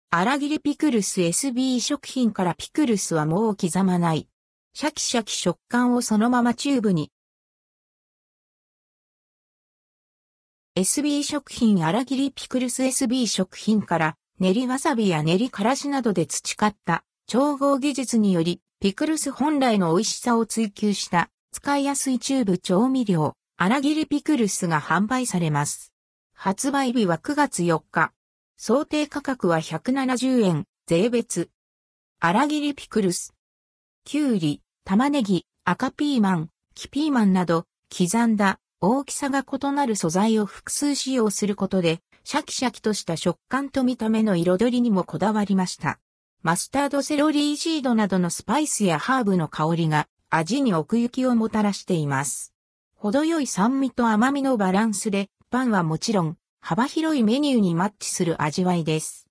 粗切りピクルス SB 食品からピクルスはもう刻まない。シャキシャキ食感をそのままチューブに。SB 食品粗切りピクルス SB 食品から練りわさびや練りからしなどで培った調合技術によりピクルス本来の美味しさを追求した使いやすいチューブ調味料粗切りピクルスが販売されます。発売日は9月4日。想定価格は170円、税別。粗切りピクルス。きゅうり、玉ねぎ、赤ピーマン、黄ピーマンなど、刻んだ大きさが異なる素材を複数使用することで、シャキシャキとした食感と見た目の彩りにもこだわりました。マスタードセロリーシードなどのスパイスやハーブの香りが味に奥行きをもたらしています。程よい酸味と甘みのバランスで、パンはもちろん、幅広いメニューにマッチする味わいです。